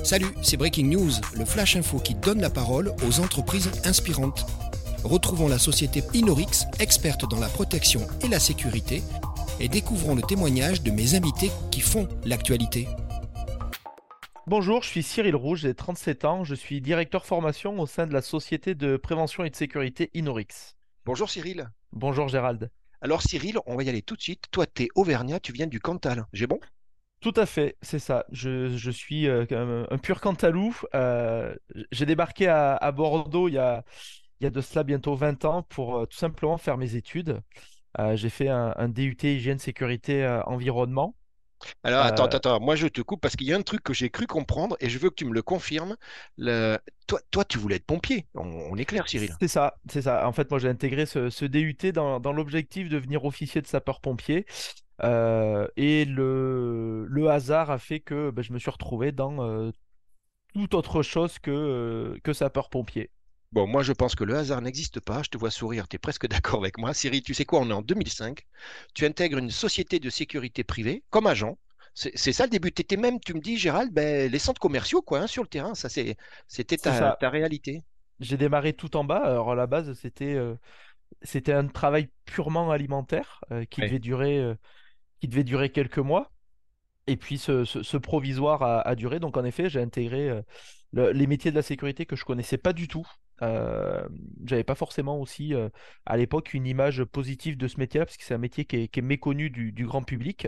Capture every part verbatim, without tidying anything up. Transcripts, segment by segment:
Salut, c'est Breaking News, le flash info qui donne la parole aux entreprises inspirantes. Retrouvons la société Inorix, experte dans la protection et la sécurité, et découvrons le témoignage de mes invités qui font l'actualité. Bonjour, je suis Cyril Rouge, j'ai trente-sept ans, je suis directeur formation au sein de la société de prévention et de sécurité Inorix. Bonjour Cyril. Bonjour Gérald. Alors Cyril, on va y aller tout de suite. Toi, t'es Auvergnat, tu viens du Cantal. J'ai bon? Tout à fait, c'est ça. Je, je suis euh, quand même un pur Cantalou. Euh, j'ai débarqué à, à Bordeaux il y a, il y a de cela bientôt vingt ans pour euh, tout simplement faire mes études. Euh, j'ai fait un, un D U T hygiène sécurité euh, environnement. Alors attends, Euh, attends, attends. Moi je te coupe parce qu'il y a un truc que j'ai cru comprendre et je veux que tu me le confirmes. Le... Toi, toi, tu voulais être pompier. On, on est clair, Cyril. c'est ça, c'est ça. En fait, moi j'ai intégré ce, ce D U T dans, dans l'objectif de devenir officier de sapeur-pompier. Euh, et le, le hasard a fait que ben, je me suis retrouvé dans euh, toute autre chose que, euh, que sapeur-pompier. Bon, moi je pense que le hasard n'existe pas. Je te vois sourire, tu es presque d'accord avec moi. Cyril, tu sais quoi? On est en deux mille cinq. Tu intègres une société de sécurité privée comme agent. C'est c'est ça le début. Tu étais même, tu me dis, Gérald, ben, les centres commerciaux, quoi, hein, sur le terrain. Ça, c'est, c'était C'est ta, ça. ta réalité. J'ai démarré tout en bas. Alors à la base, c'était euh, c'était un travail purement alimentaire euh, qui Ouais. devait durer, euh, qui devait durer quelques mois. Et puis ce, ce- ce provisoire a, a duré. Donc en effet, j'ai intégré euh, le- les métiers de la sécurité que je connaissais pas du tout. Euh, J'avais pas forcément aussi euh, à l'époque une image positive de ce métier-là, parce que c'est un métier qui est, qui est méconnu du, du grand public.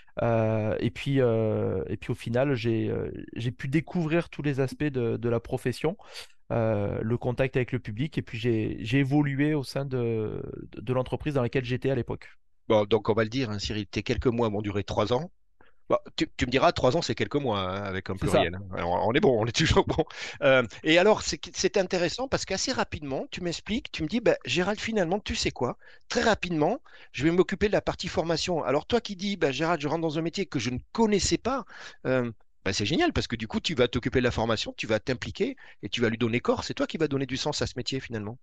Euh, et puis, euh, et puis au final, j'ai euh, j'ai pu découvrir tous les aspects de, de la profession, euh, le contact avec le public, et puis j'ai j'ai évolué au sein de, de, de l'entreprise dans laquelle j'étais à l'époque. Bon, donc on va le dire, hein, Cyril, tes quelques mois vont durer trois ans. Bon, tu, tu me diras, trois ans, c'est quelques mois, hein, avec un C'est ça. pluriel, hein. Alors, on est bon, on est toujours bon. Euh, et alors, c'est c'est intéressant parce qu'assez rapidement, tu m'expliques, tu me dis, bah, Gérald, finalement, tu sais quoi? Très rapidement, je vais m'occuper de la partie formation. Alors, toi qui dis, bah, Gérald, je rentre dans un métier que je ne connaissais pas, euh, bah, c'est génial parce que du coup, tu vas t'occuper de la formation, tu vas t'impliquer et tu vas lui donner corps. C'est toi qui vas donner du sens à ce métier, finalement.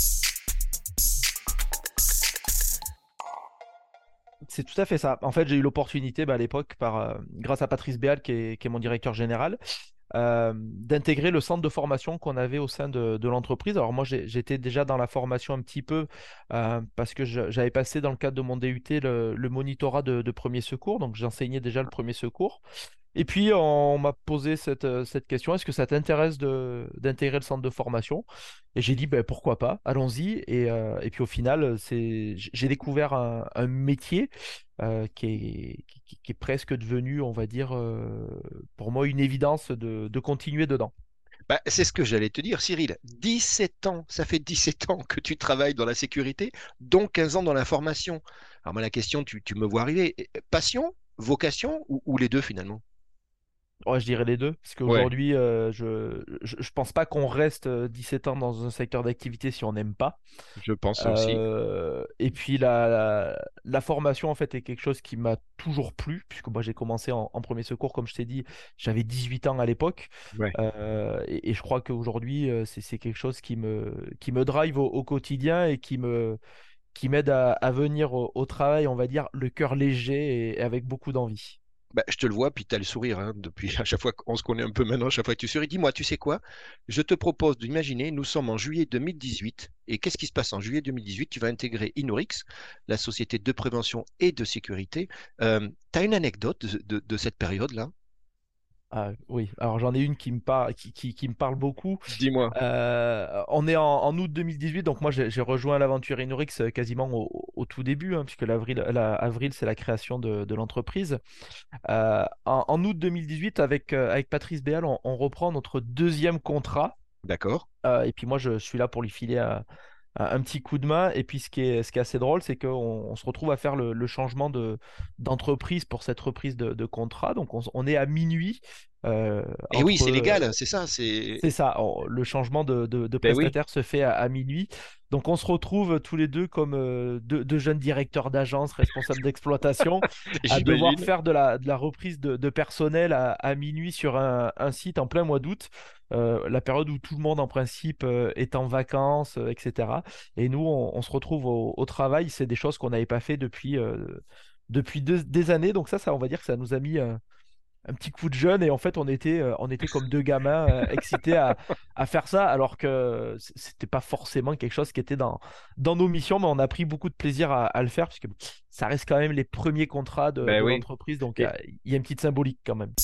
C'est tout à fait ça. En fait, j'ai eu l'opportunité bah, à l'époque, par, euh, grâce à Patrice Béal, qui est, qui est mon directeur général, euh, d'intégrer le centre de formation qu'on avait au sein de, de l'entreprise. Alors moi, j'ai- j'étais déjà dans la formation un petit peu euh, parce que je- j'avais passé dans le cadre de mon D U T le, le monitorat de, de premier secours, donc j'enseignais déjà le premier secours. Et puis, on m'a posé cette, euh, cette question, est-ce que ça t'intéresse de, d'intégrer le centre de formation? Et j'ai dit, ben, pourquoi pas, allons-y. Et, euh, et puis au final, c'est, j'ai découvert un, un métier euh, qui est, qui, qui est presque devenu, on va dire, euh, pour moi, une évidence de, de continuer dedans. Bah, c'est ce que j'allais te dire, Cyril. Dix-sept ans, ça fait dix-sept ans que tu travailles dans la sécurité, dont quinze ans dans la formation. Alors moi, la question, tu, tu me vois arriver. Passion, vocation ou, ou les deux finalement? Ouais, je dirais les deux, parce Ouais, qu'aujourd'hui, euh, je, je, je pense pas qu'on reste euh, dix-sept ans dans un secteur d'activité si on n'aime pas. je pense aussi. Euh, et puis la, la, la formation en fait est quelque chose qui m'a toujours plu, puisque moi j'ai commencé en, en premier secours, comme je t'ai dit, j'avais dix-huit ans à l'époque. Ouais. Euh, et, et je crois qu'aujourd'hui euh, c'est c'est quelque chose qui me, qui me drive au, au quotidien et qui me, qui m'aide à, à venir au, au travail, on va dire, le cœur léger et, et avec beaucoup d'envie. Bah, je te le vois, puis tu as le sourire, hein, depuis à chaque fois qu'on se connaît un peu maintenant, à chaque fois que tu souris. Dis-moi, tu sais quoi? Je te propose d'imaginer, nous sommes en juillet deux mille dix-huit, et qu'est-ce qui se passe en juillet deux mille dix-huit? Tu vas intégrer Inorix, la société de prévention et de sécurité. Euh, tu as une anecdote de, de- de cette période-là? Ah, oui, alors j'en ai une qui me parle, qui, qui, qui me parle beaucoup. Dis-moi. Euh, on est en, en août deux mille dix-huit, donc moi j'ai j'ai rejoint l'aventure Inorix euh, quasiment au, au tout début, hein, puisque l'avril, la- avril, c'est la création de, de l'entreprise. Euh, en, en août deux mille dix-huit, avec, euh, avec Patrice Béal, on, on reprend notre deuxième contrat. D'accord. Euh, et puis moi, je, je suis là pour lui filer un, un- un petit coup de main. Et puis ce qui est, ce qui est assez drôle, c'est qu'on on se retrouve à faire le, le changement de, d'entreprise pour cette reprise de, de contrat. Donc on, s- on est à minuit euh, Et oui, entre, c'est euh, légal, c'est ça, c'est... c'est ça, on- le changement de, de- de Ben oui, prestataire se fait à, à minuit. Donc on se retrouve tous les deux comme euh, deux, deux jeunes directeurs d'agence, responsables d'exploitation, à devoir j'imagine. faire de la, de la reprise de, de personnel à, à minuit sur un, un site en plein mois d'août, euh, la période où tout le monde en principe euh, est en vacances, euh, et cetera. Et nous, on, on se retrouve au, au travail, c'est des choses qu'on n'avait pas fait depuis, euh, depuis deux- des années. Donc ça, ça, on va dire que ça nous a mis... euh, un petit coup de jeune et en fait on était, euh, on était comme deux gamins euh, excités à, à faire ça alors que c- c'était pas forcément quelque chose qui était dans, dans nos missions, mais on a pris beaucoup de plaisir à, à le faire puisque ça reste quand même les premiers contrats de, Ben de oui. l'entreprise, donc euh, Et il y a une petite symbolique quand même.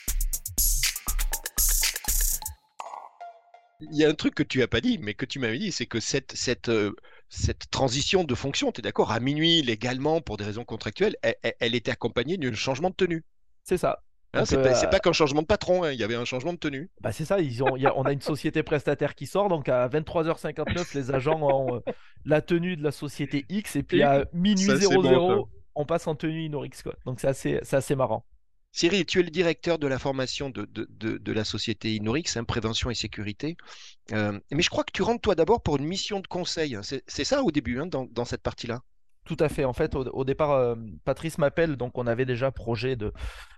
il y a un truc que tu as pas dit, mais que tu m'avais dit, c'est que cette, cette, euh, cette transition de fonction, tu es d'accord, à minuit, légalement, pour des raisons contractuelles, elle, elle- elle était accompagnée d'un changement de tenue. C'est ça. Hein, Donc c'est pas, c'est euh, pas qu'un changement de patron, hein, il y avait un changement de tenue. bah c'est ça, ils ont, il y a- on a une société prestataire qui sort, donc à vingt-trois heures cinquante-neuf, les agents ont euh, la tenue de la société X, et puis Et à minuit ça, c'est zéro bon, ça. zéro, on passe en tenue Inorix, quoi. Donc c'est assez, c'est assez marrant. Cyril, tu es le directeur de la formation de, de, de, de la société Inorix, hein, prévention et sécurité. Euh, mais je crois que tu rentres toi d'abord pour une mission de conseil, hein. C'est c'est ça au début, hein, dans, dans cette partie-là. Tout à fait. En fait, au, au départ, euh, Patrice m'appelle, donc on avait déjà projet de,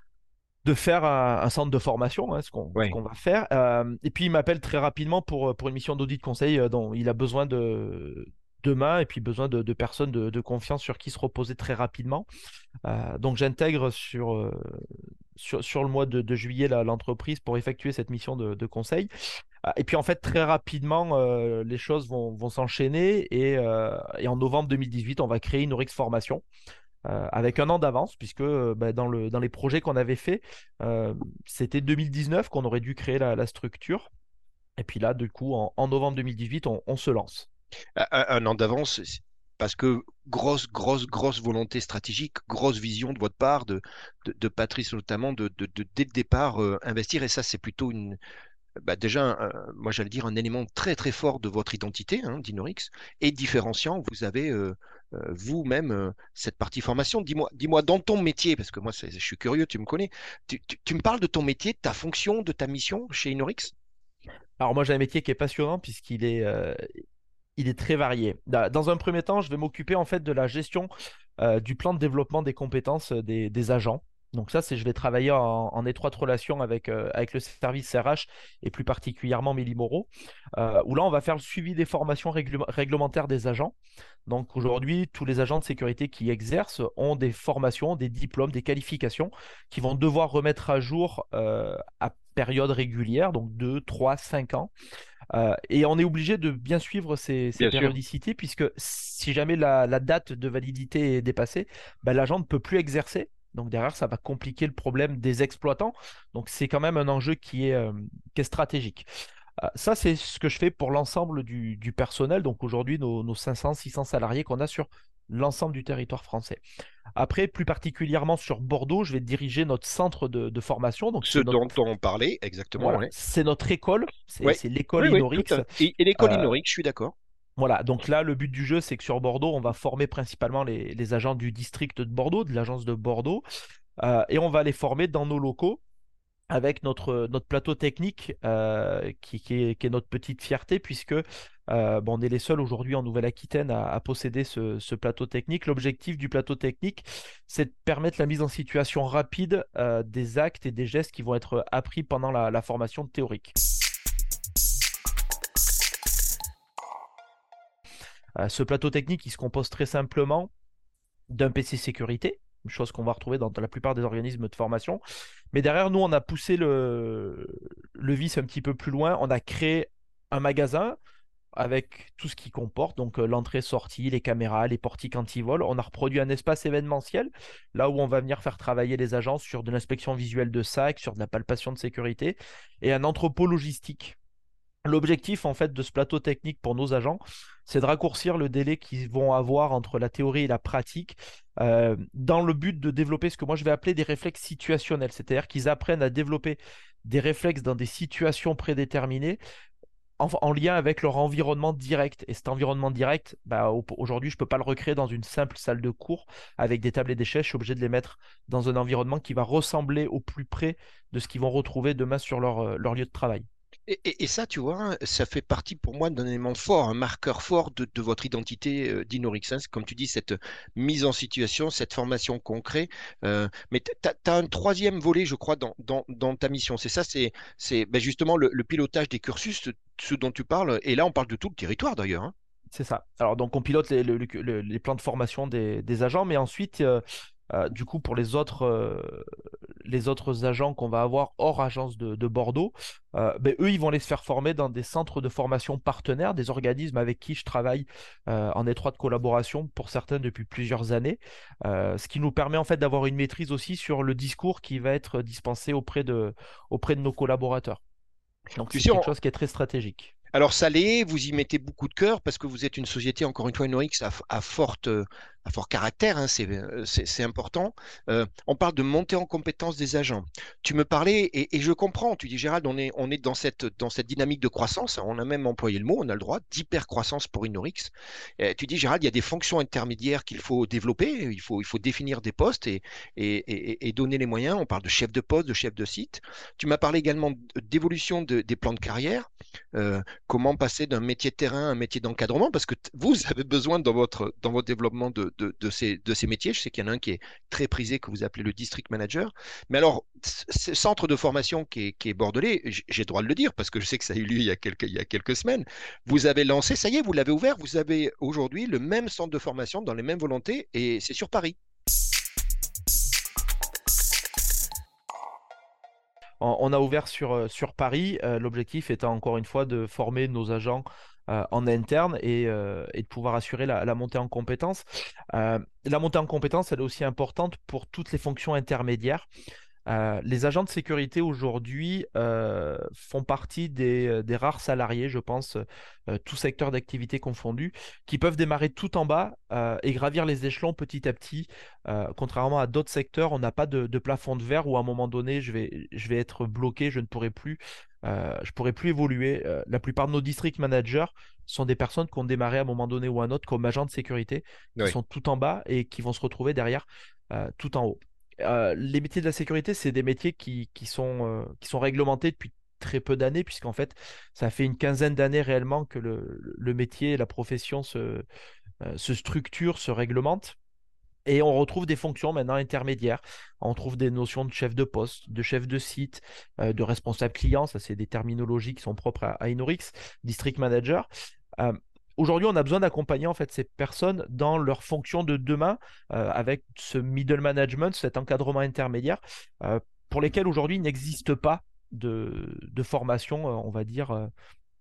de faire un, un centre de formation, hein, ce qu'on ce Ouais. qu'on va faire. Euh, et puis il m'appelle très rapidement pour, pour une mission d'audit conseil euh, dont il a besoin de, de mains et puis besoin de, de personnes de, de confiance sur qui se reposer très rapidement. Euh, donc j'intègre sur, euh, sur, sur le mois de, de juillet la- l'entreprise pour effectuer cette mission de, de conseil. Ah, et puis en fait, très rapidement, euh, les choses vont, vont s'enchaîner et, euh, et en novembre deux mille dix-huit, on va créer une Orix Formation euh, avec un an d'avance, puisque euh, bah, dans le, dans les projets qu'on avait fait, euh, c'était deux mille dix-neuf qu'on aurait dû créer la, la structure. Et puis là, du coup, en, en novembre deux mille dix-huit, on, on se lance. Un, un an d'avance, c'est- parce que grosse, grosse, grosse volonté stratégique, grosse vision de votre part, de, de, de Patrice notamment, de, de, de, dès le départ euh, investir. Et ça, c'est plutôt une, bah, déjà, un- un- moi j'allais dire un élément très très fort de votre identité, hein, d'Inorix, et différenciant, vous avez euh, euh, vous-même euh, cette partie formation. Dis-moi, dis-moi dans ton métier, parce que moi c'est- je suis curieux, tu me connais, tu, tu- tu me parles de ton métier, de ta fonction, de ta mission chez Inorix? Alors moi, j'ai un métier qui est passionnant puisqu'il est, euh, il est très varié. Da- Dans un premier temps, je vais m'occuper en fait de la gestion euh, du plan de développement des compétences euh, des, des agents. Donc ça, c'est je vais travailler en, en étroite relation avec, euh, avec le service R H et plus particulièrement Mélie Moreau, euh, où là, on va faire le suivi des formations réglu- réglementaires des agents. Donc aujourd'hui, tous les agents de sécurité qui exercent ont des formations, des diplômes, des qualifications qui vont devoir remettre à jour euh, à période régulière, donc deux, trois, cinq ans. Euh, et on est obligé de bien suivre ces, ces Bien sûr. périodicités, puisque si jamais la, la date de validité est dépassée, ben, l'agent ne peut plus exercer. Donc derrière, ça va compliquer le problème des exploitants. Donc c'est quand même un enjeu qui est, euh, qui est stratégique. Euh, ça, c'est ce que je fais pour l'ensemble du, du personnel. Donc aujourd'hui, nos, nos cinq cents, six cents salariés qu'on a sur l'ensemble du territoire français. Après, plus particulièrement sur Bordeaux, je vais diriger notre centre de, de formation. Donc Ce c'est notre, dont on parlait, exactement, voilà, oui. c'est notre école, c'est Ouais. c'est Oui, l'école oui, tout Inorix. à fait. Et, et l'école Euh, Inorix, je suis d'accord. voilà, donc là, le but du jeu, c'est que sur Bordeaux, on va former principalement les, les agents du district de Bordeaux, de l'agence de Bordeaux, euh, et on va les former dans nos locaux avec notre, notre plateau technique euh, qui, qui est, qui est notre petite fierté, puisque euh, bon, on est les seuls aujourd'hui en Nouvelle-Aquitaine à, à posséder ce, ce plateau technique. L'objectif du plateau technique, c'est de permettre la mise en situation rapide euh, des actes et des gestes qui vont être appris pendant la, la formation théorique. Euh, ce plateau technique, il se compose très simplement d'un P C sécurité, une chose qu'on va retrouver dans, dans la plupart des organismes de formation. Mais derrière, nous, on a poussé le, le vice un petit peu plus loin. On a créé un magasin avec tout ce qu'il comporte, donc euh, l'entrée-sortie, les caméras, les portiques anti-vol. On a reproduit un espace événementiel, là où on va venir faire travailler les agents sur de l'inspection visuelle de sacs, sur de la palpation de sécurité, et un entrepôt logistique. L'objectif en fait de ce plateau technique pour nos agents, c'est de raccourcir le délai qu'ils vont avoir entre la théorie et la pratique euh, dans le but de développer ce que moi je vais appeler des réflexes situationnels, c'est-à-dire qu'ils apprennent à développer des réflexes dans des situations prédéterminées en, en lien avec leur environnement direct. Et cet environnement direct, bah, au- aujourd'hui, je ne peux pas le recréer dans une simple salle de cours avec des tables et des chaises, je suis obligé de les mettre dans un environnement qui va ressembler au plus près de ce qu'ils vont retrouver demain sur leur, euh, leur lieu de travail. Et, et- et ça, tu vois, hein, ça fait partie pour moi d'un élément fort, un marqueur fort de, de votre identité euh, d'Inorix, hein. C'est comme tu dis, cette mise en situation, cette formation concrète. Euh, mais tu as, un troisième volet, je crois, dans, dans, dans ta mission. C'est ça, c'est c'est, ben, justement le, le pilotage des cursus, ce, ce dont tu parles. Et là, on parle de tout le territoire d'ailleurs, hein. C'est ça. Alors, donc, on pilote les, le- le- les plans de formation des, des agents, mais ensuite, euh, euh, du coup, pour les autres, euh, les autres agents qu'on va avoir hors agence de, de Bordeaux, euh, ben, eux, ils vont les se faire former dans des centres de formation partenaires, des organismes avec qui je travaille euh, en étroite collaboration pour certains depuis plusieurs années, euh, ce qui nous permet en fait d'avoir une maîtrise aussi sur le discours qui va être dispensé auprès de, auprès de nos collaborateurs. Donc Tu c'est sais, quelque on- chose qui est très stratégique. alors ça l'est, vous y mettez beaucoup de cœur parce que vous êtes une société, encore une fois, Norix, à, f- à forte, euh, à fort caractère, hein, c'est, euh, c'est, c'est important. Euh, on parle de montée en compétence des agents. Tu me parlais, et, et je comprends, tu dis Gérald, on est, on est dans cette, dans cette dynamique de croissance, on a même employé le mot, on a le droit, d'hypercroissance pour une Norix. Euh, tu dis Gérald, il y a des fonctions intermédiaires qu'il faut développer, il faut, il faut définir des postes et, et, et- et donner les moyens. On parle de chef de poste, de chef de site. Tu m'as parlé également d'évolution de- des plans de carrière. Euh, Comment passer d'un métier de terrain à un métier d'encadrement, parce que t- vous avez besoin dans votre, dans votre développement de, de, de ces, de ces métiers. Je sais qu'il y en a un qui est très prisé, que vous appelez le district manager. Mais alors, c- ce centre de formation qui est, qui est bordelais, j- j'ai le droit de le dire, parce que je sais que ça a eu lieu il y a quelques, il y a quelques semaines, vous avez lancé, ça y est, vous l'avez ouvert, vous avez aujourd'hui le même centre de formation dans les mêmes volontés, et c'est sur Paris. On, on a ouvert sur, euh, sur Paris, euh, l'objectif étant encore une fois de former nos agents euh, en interne et, euh, et de pouvoir assurer la, la montée en compétences. Euh, la montée en compétences, elle est aussi importante pour toutes les fonctions intermédiaires. Euh, les agents de sécurité aujourd'hui euh, font partie des, euh, des rares salariés, je pense, euh, tout secteur d'activité confondu, qui peuvent démarrer tout en bas euh, et gravir les échelons petit à petit. Euh, contrairement à d'autres secteurs, on n'a pas de, de plafond de verre où à un moment donné, je vais, je vais être bloqué, je ne pourrai plus, euh, je pourrai plus évoluer. Euh, la plupart de nos district managers sont des personnes qui ont démarré à un moment donné ou à un autre comme agents de sécurité, qui Oui. sont tout en bas et qui vont se retrouver derrière euh, tout en haut. Euh, les métiers de la sécurité, c'est des métiers qui, qui sont, euh, qui sont réglementés depuis très peu d'années, puisqu'en fait, ça fait une quinzaine d'années réellement que le, le métier et la profession se, euh, se structurent, se réglementent. Et on retrouve des fonctions maintenant intermédiaires. On trouve des notions de chef de poste, de chef de site, euh, de responsable client. Ça, c'est des terminologies qui sont propres à, à Inorix, district manager. Euh, Aujourd'hui, on a besoin d'accompagner en fait ces personnes dans leurs fonctions de demain euh, avec ce middle management, cet encadrement intermédiaire, euh, pour lesquels aujourd'hui il n'existe pas de, de formation, euh, on va dire, euh,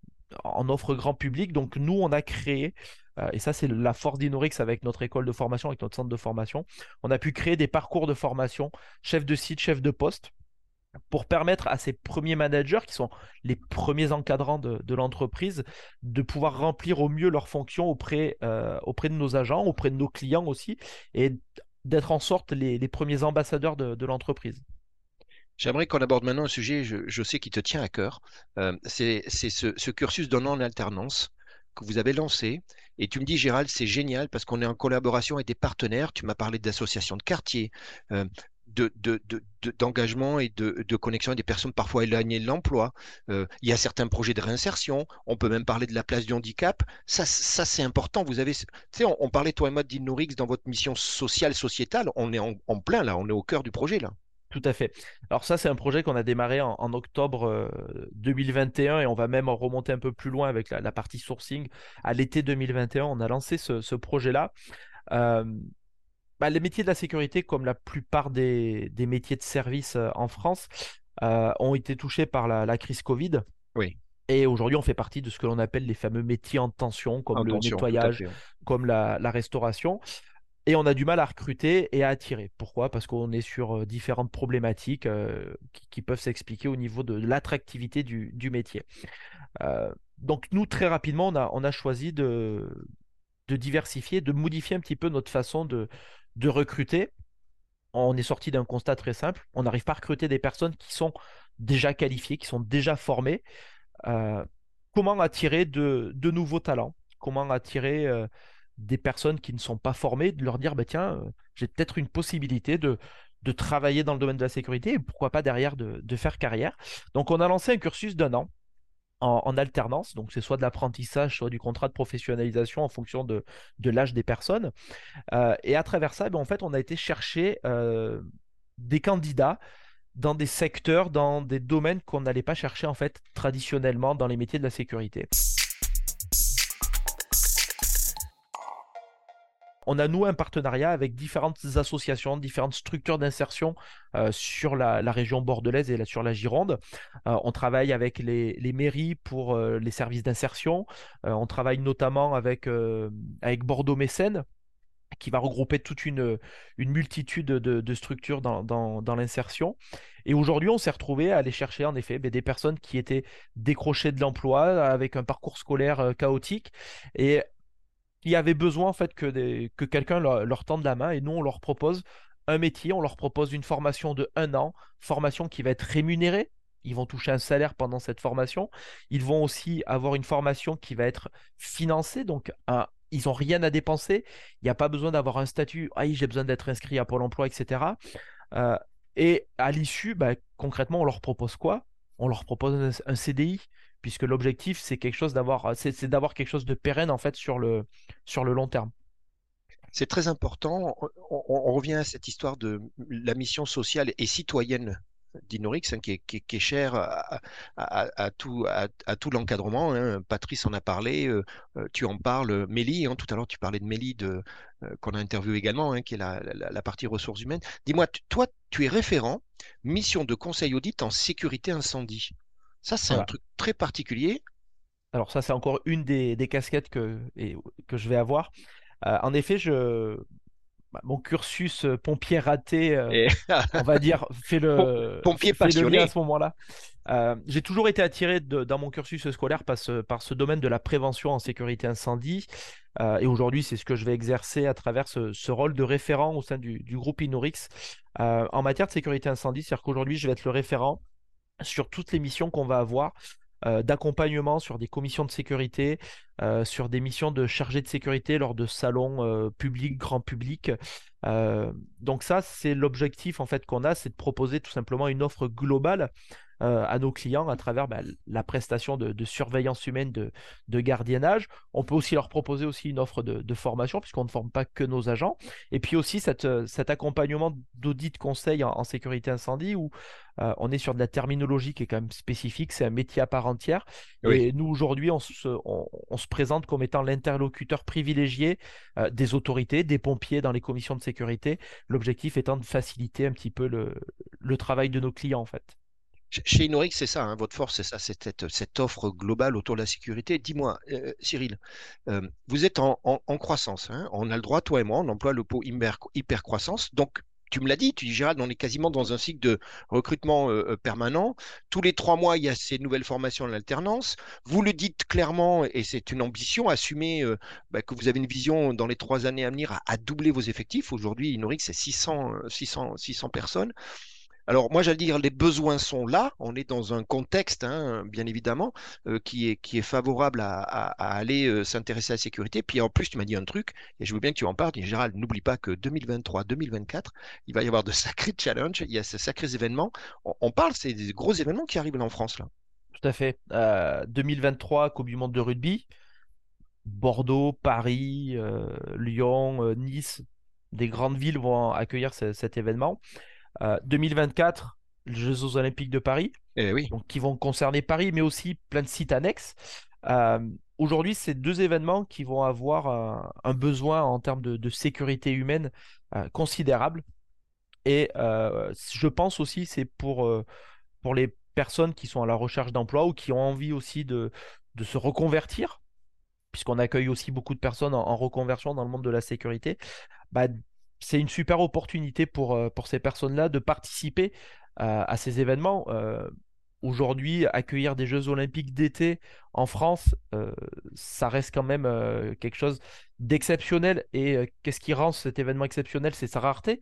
en offre grand public. Donc nous, on a créé, euh, et ça c'est la force d'Inorix avec notre école de formation, avec notre centre de formation, on a pu créer des parcours de formation, chef de site, chef de poste, pour permettre à ces premiers managers, qui sont les premiers encadrants de, de l'entreprise, de pouvoir remplir au mieux leurs fonctions auprès, euh, auprès de nos agents, auprès de nos clients aussi, et d'être en sorte les, les premiers ambassadeurs de, de l'entreprise. J'aimerais qu'on aborde maintenant un sujet, je, je sais qui te tient à cœur. Euh, c'est c'est ce, ce cursus d'un an en alternance que vous avez lancé. Et tu me dis, Gérald, c'est génial parce qu'on est en collaboration avec des partenaires. Tu m'as parlé d'associations de quartier, euh, de, de, de- de- d'engagement et de, de connexion avec des personnes parfois éloignées de l'emploi. Euh, il y a certains projets de réinsertion. On peut même parler de la place du handicap. Ça, ça c'est important. Vous avez, tu sais, on, on parlait, toi et moi, d'Innorix dans votre mission sociale, sociétale. On est en, en plein là. On est au cœur du projet là. Tout à fait. Alors ça, c'est un projet qu'on a démarré en, en octobre euh, deux mille vingt et un et on va même remonter un peu plus loin avec la, la partie sourcing. À l'été deux mille vingt et un, on a lancé ce, ce projet-là. Euh, Bah, les métiers de la sécurité, comme la plupart des, des métiers de service euh, en France, euh, ont été touchés par la, la crise Covid. Oui, Et aujourd'hui, on fait partie de ce que l'on appelle les fameux métiers en tension, comme en le tension, tout à nettoyage, fait. comme la, la restauration. Et on a du mal à recruter et à attirer. Pourquoi? Parce qu'on est sur euh, différentes problématiques euh, qui, qui peuvent s'expliquer au niveau de l'attractivité du, du métier. Euh, donc nous, très rapidement, on a, on a choisi de, de diversifier, de modifier un petit peu notre façon de, de recruter. On est sorti d'un constat très simple. On n'arrive pas à recruter des personnes qui sont déjà qualifiées, qui sont déjà formées. Euh, Comment attirer de, de nouveaux talents? Comment attirer euh, des personnes qui ne sont pas formées, de leur dire, bah, tiens, euh, j'ai peut-être une possibilité de, de travailler dans le domaine de la sécurité et pourquoi pas derrière de, de faire carrière. Donc on a lancé un cursus d'un an en, en alternance. Donc c'est soit de l'apprentissage, soit du contrat de professionnalisation en fonction de, de l'âge des personnes. Euh, et à travers ça, ben, en fait, on a été chercher euh, des candidats dans des secteurs, dans des domaines qu'on n'allait pas chercher en fait traditionnellement dans les métiers de la sécurité. on a noué un partenariat avec différentes associations, différentes structures d'insertion euh, sur la, la région bordelaise et la- sur la Gironde. Euh, on travaille avec les, les mairies pour euh, les services d'insertion. Euh, on travaille notamment avec, euh, avec Bordeaux Mécène, qui va regrouper toute une, une multitude de, de structures dans, dans, dans l'insertion. Et aujourd'hui, on s'est retrouvé à aller chercher en effet ben, des personnes qui étaient décrochées de l'emploi avec un parcours scolaire euh, chaotique et qui avaient besoin en fait que, des- que quelqu'un leur, leur tende la main. Et nous, on leur propose un métier, on leur propose une formation de un an, formation qui va être rémunérée. Ils vont toucher un salaire pendant cette formation. Ils vont aussi avoir une formation qui va être financée, donc un- ils n'ont rien à dépenser. Il n'y a pas besoin d'avoir un statut, ah, j'ai besoin d'être inscrit à Pôle emploi, et cetera. Euh, et à l'issue, bah, concrètement, on leur propose quoi? On leur propose un, un C D I, puisque l'objectif, c'est quelque chose d'avoir, c'est c'est d'avoir quelque chose de pérenne en fait sur le, sur le long terme. C'est très important. On, on- on revient à cette histoire de la mission sociale et citoyenne d'Inorix, hein, qui est, qui est- qui est chère à, à- à tout, à, à tout l'encadrement, hein. Patrice en a parlé, euh, euh, tu en parles, Mélie, hein, tout à l'heure tu parlais de Mélie de, euh, qu'on a interviewé également, hein, qui est la, la- la partie ressources humaines. Dis-moi, tu- toi, tu es référent, mission de conseil audit en sécurité incendie. Ça, c'est un Voilà. truc très particulier. Alors ça, c'est encore une des, des casquettes que, et- que je vais avoir. Euh, en effet, je, bah, mon cursus euh, pompier raté, euh, Et on va dire, fait pom- le, pompier fait le lien à passionné. ce moment-là. Euh, j'ai toujours été attiré de- dans mon cursus scolaire par ce, par ce domaine de la prévention en sécurité incendie. Euh, et aujourd'hui, c'est ce que je vais exercer à travers ce, ce rôle de référent au sein du, du groupe Inorix euh, en matière de sécurité incendie. C'est-à-dire qu'aujourd'hui, je vais être le référent sur toutes les missions qu'on va avoir. Euh, d'accompagnement sur des commissions de sécurité, euh, sur des missions de chargé de sécurité lors de salons euh, publics, grand public. Euh, donc ça, c'est l'objectif en fait qu'on a, c'est de proposer tout simplement une offre globale euh, à nos clients à travers bah, la prestation de, de surveillance humaine, de, de gardiennage. On peut aussi leur proposer aussi une offre de, de formation, puisqu'on ne forme pas que nos agents. Et puis aussi cette, euh, cet accompagnement d'audit conseil en, en sécurité incendie, où euh, on est sur de la terminologie qui est quand même spécifique, c'est un métier à part entière. Oui. Et nous, aujourd'hui, on se, on, on se présente comme étant l'interlocuteur privilégié euh, des autorités, des pompiers dans les commissions de sécurité. L'objectif étant de faciliter un petit peu le, le travail de nos clients, en fait. Ch- Chez Inorix, c'est ça, hein, votre force, c'est ça, c'est cette, cette offre globale autour de la sécurité. Dis-moi, euh, Cyril, euh, vous êtes en, en- en croissance, hein. On a le droit, toi et moi, on emploie le pot hyper, hyper croissance. Donc, tu me l'as dit, tu dis, Gérald, on est quasiment dans un cycle de recrutement euh, euh, permanent. Tous les trois mois, il y a ces nouvelles formations en alternance. Vous le dites clairement, et c'est une ambition, assumer euh, bah, que vous avez une vision dans les trois années à venir à, à doubler vos effectifs. Aujourd'hui, Inorix, c'est six cents, euh, six cents, six cents personnes. Alors, moi, j'allais dire, les besoins sont là. On est dans un contexte, hein, bien évidemment, euh, qui est, qui est favorable à, à- à aller euh, s'intéresser à la sécurité. Puis en plus, tu m'as dit un truc, et je veux bien que tu en parles. Et Gérald, n'oublie pas que deux mille vingt-trois, deux mille vingt-quatre, il va y avoir de sacrés challenges, il y a ces sacrés événements. On, on parle, c'est des gros événements qui arrivent là en France, là. Tout à fait. Euh, deux mille vingt-trois, Coupe du Monde de rugby. Bordeaux, Paris, euh, Lyon, euh, Nice, des grandes villes vont accueillir ce- cet événement. Euh, deux mille vingt-quatre, les Jeux Olympiques de Paris, Eh oui. donc qui vont concerner Paris, mais aussi plein de sites annexes. Euh, Aujourd'hui, c'est deux événements qui vont avoir un, un besoin en termes de, de sécurité humaine euh, considérable. Et euh, je pense aussi c'est pour, euh, pour les personnes qui sont à la recherche d'emploi ou qui ont envie aussi de, de se reconvertir, puisqu'on accueille aussi beaucoup de personnes en, en reconversion dans le monde de la sécurité. Bah, c'est une super opportunité pour, euh, pour ces personnes-là de participer euh, à ces événements. Euh, aujourd'hui, accueillir des Jeux Olympiques d'été en France, euh, ça reste quand même euh, quelque chose d'exceptionnel. Et euh, qu'est-ce qui rend cet événement exceptionnel? C'est sa rareté.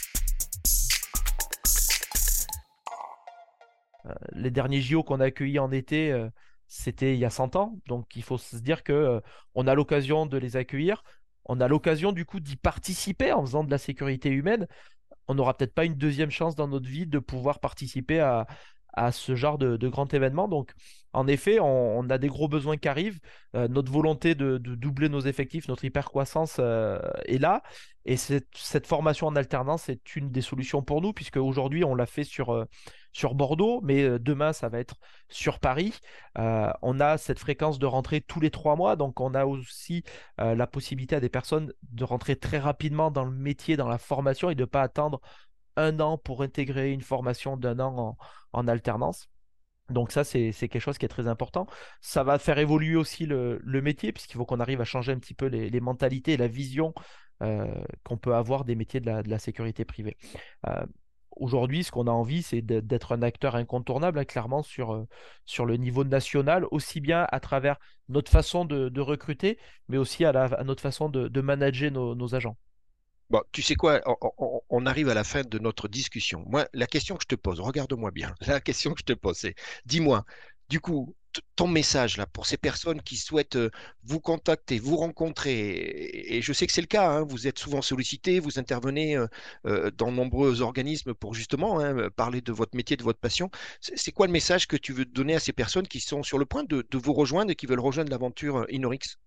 Les derniers J O qu'on a accueillis en été, euh, c'était il y a cent ans. Donc il faut se dire que euh, on a l'occasion de les accueillir. On a l'occasion du coup d'y participer en faisant de la sécurité humaine. On n'aura peut-être pas une deuxième chance dans notre vie de pouvoir participer à, à ce genre de, de grand événement. Donc, en effet, on, on a des gros besoins qui arrivent. Euh, notre volonté de, de doubler nos effectifs, notre hypercroissance euh, est là. Et cette, cette formation en alternance est une des solutions pour nous, puisque aujourd'hui, on l'a fait sur, euh, sur Bordeaux, mais euh, demain, ça va être sur Paris. Euh, on a cette fréquence de rentrée tous les trois mois, donc on a aussi euh, la possibilité à des personnes de rentrer très rapidement dans le métier, dans la formation et de ne pas attendre un an pour intégrer une formation d'un an en, en alternance. Donc ça, c'est c'est quelque chose qui est très important. Ça va faire évoluer aussi le, le métier, puisqu'il faut qu'on arrive à changer un petit peu les, les mentalités et la vision euh, qu'on peut avoir des métiers de la, de la sécurité privée. Euh, Aujourd'hui, ce qu'on a envie, c'est de- d'être un acteur incontournable, hein, clairement, sur, euh, sur le niveau national, aussi bien à travers notre façon de, de recruter, mais aussi à, la- à notre façon de, de manager nos, nos agents. Bon, tu sais quoi, on, on- on arrive à la fin de notre discussion. Moi, la question que je te pose, regarde-moi bien, la question que je te pose, c'est, dis-moi, du coup, t- ton message là pour ces personnes qui souhaitent euh, vous contacter, vous rencontrer, et, et je sais que c'est le cas, hein, vous êtes souvent sollicité, vous intervenez euh, euh, dans nombreux organismes pour justement hein, euh, parler de votre métier, de votre passion. C'est c'est quoi le message que tu veux donner à ces personnes qui sont sur le point de, de vous rejoindre et qui veulent rejoindre l'aventure euh, Inorix?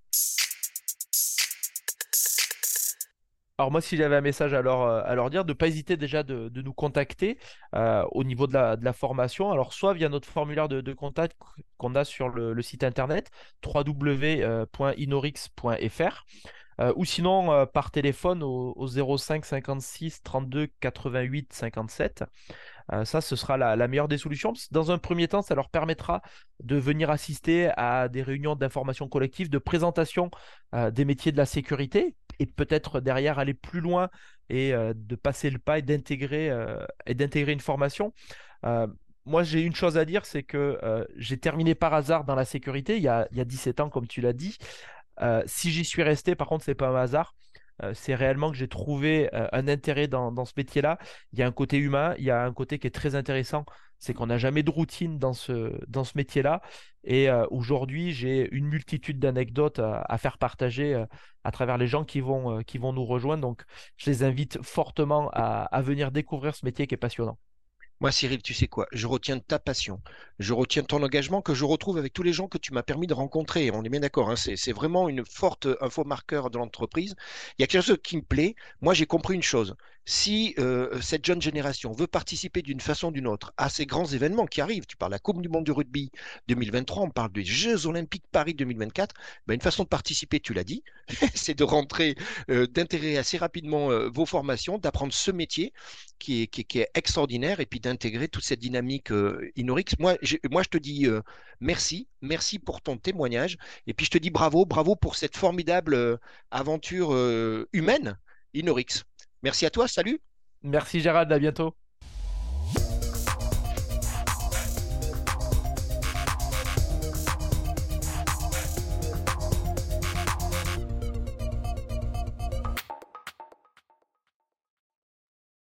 Alors moi, si j'avais un message à leur, euh, à leur dire, de ne pas hésiter déjà de, de nous contacter euh, au niveau de la, de la formation. Alors soit via notre formulaire de, de contact qu'on a sur le, le site internet w w w point inorix point f r euh, ou sinon euh, par téléphone au, au zéro cinq cinquante-six trente-deux quatre-vingt-huit cinquante-sept. Euh, ça, ce sera la, la meilleure des solutions. Dans un premier temps, ça leur permettra de venir assister à des réunions d'information collective, de présentation euh, des métiers de la sécurité, et peut-être derrière aller plus loin et euh, de passer le pas et d'intégrer euh, et d'intégrer une formation. Euh, Moi, j'ai une chose à dire, c'est que euh, j'ai terminé par hasard dans la sécurité il y a, il y a dix-sept ans, comme tu l'as dit. Euh, si j'y suis resté, par contre, c'est pas un hasard. Euh, c'est réellement que j'ai trouvé euh, un intérêt dans, dans ce métier-là. Il y a un côté humain, il y a un côté qui est très intéressant, c'est qu'on n'a jamais de routine dans ce, dans ce métier-là. Et euh, aujourd'hui, j'ai une multitude d'anecdotes à, à faire partager euh, à travers les gens qui vont, euh, qui vont nous rejoindre. Donc, je les invite fortement à, à venir découvrir ce métier qui est passionnant. Moi, Cyril, tu sais quoi? Je retiens ta passion, je retiens ton engagement que je retrouve avec tous les gens que tu m'as permis de rencontrer. On est bien d'accord, hein, c'est, c'est vraiment une forte info marqueur de l'entreprise. Il y a quelque chose qui me plaît. Moi, j'ai compris une chose. Si euh, cette jeune génération veut participer d'une façon ou d'une autre à ces grands événements qui arrivent, tu parles de la Coupe du Monde du rugby deux mille vingt-trois, on parle des Jeux Olympiques Paris deux mille vingt-quatre, ben, une façon de participer, tu l'as dit, c'est de rentrer, euh, d'intégrer assez rapidement euh, vos formations, d'apprendre ce métier qui est, qui est- qui est extraordinaire et puis d'intégrer toute cette dynamique euh, Inorix. Moi, j'ai- moi, je te dis euh, merci, merci pour ton témoignage et puis je te dis bravo, bravo pour cette formidable euh, aventure euh, humaine Inorix. Merci à toi, salut. Merci Gérald, à bientôt.